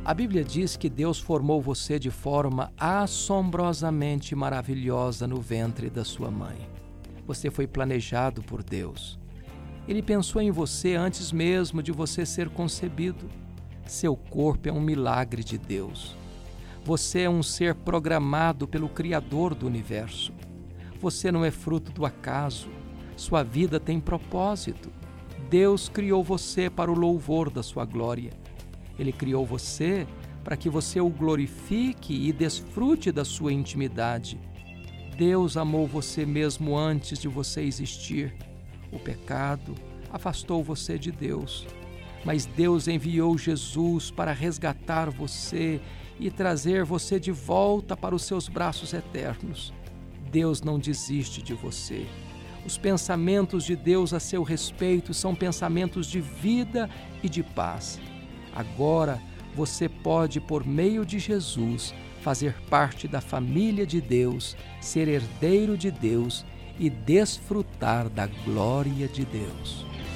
A Bíblia diz que Deus formou você de forma assombrosamente maravilhosa no ventre da sua mãe. Você foi planejado por Deus. Ele pensou em você antes mesmo de você ser concebido. Seu corpo é um milagre de Deus. Você é um ser programado pelo Criador do universo. Você não é fruto do acaso. Sua vida tem propósito. Deus criou você para o louvor da sua glória. Ele criou você para que você o glorifique e desfrute da sua intimidade. Deus amou você mesmo antes de você existir. O pecado afastou você de Deus, mas Deus enviou Jesus para resgatar você e trazer você de volta para os seus braços eternos. Deus não desiste de você. Os pensamentos de Deus a seu respeito são pensamentos de vida e de paz. Agora você pode, por meio de Jesus, fazer parte da família de Deus, ser herdeiro de Deus e desfrutar da glória de Deus.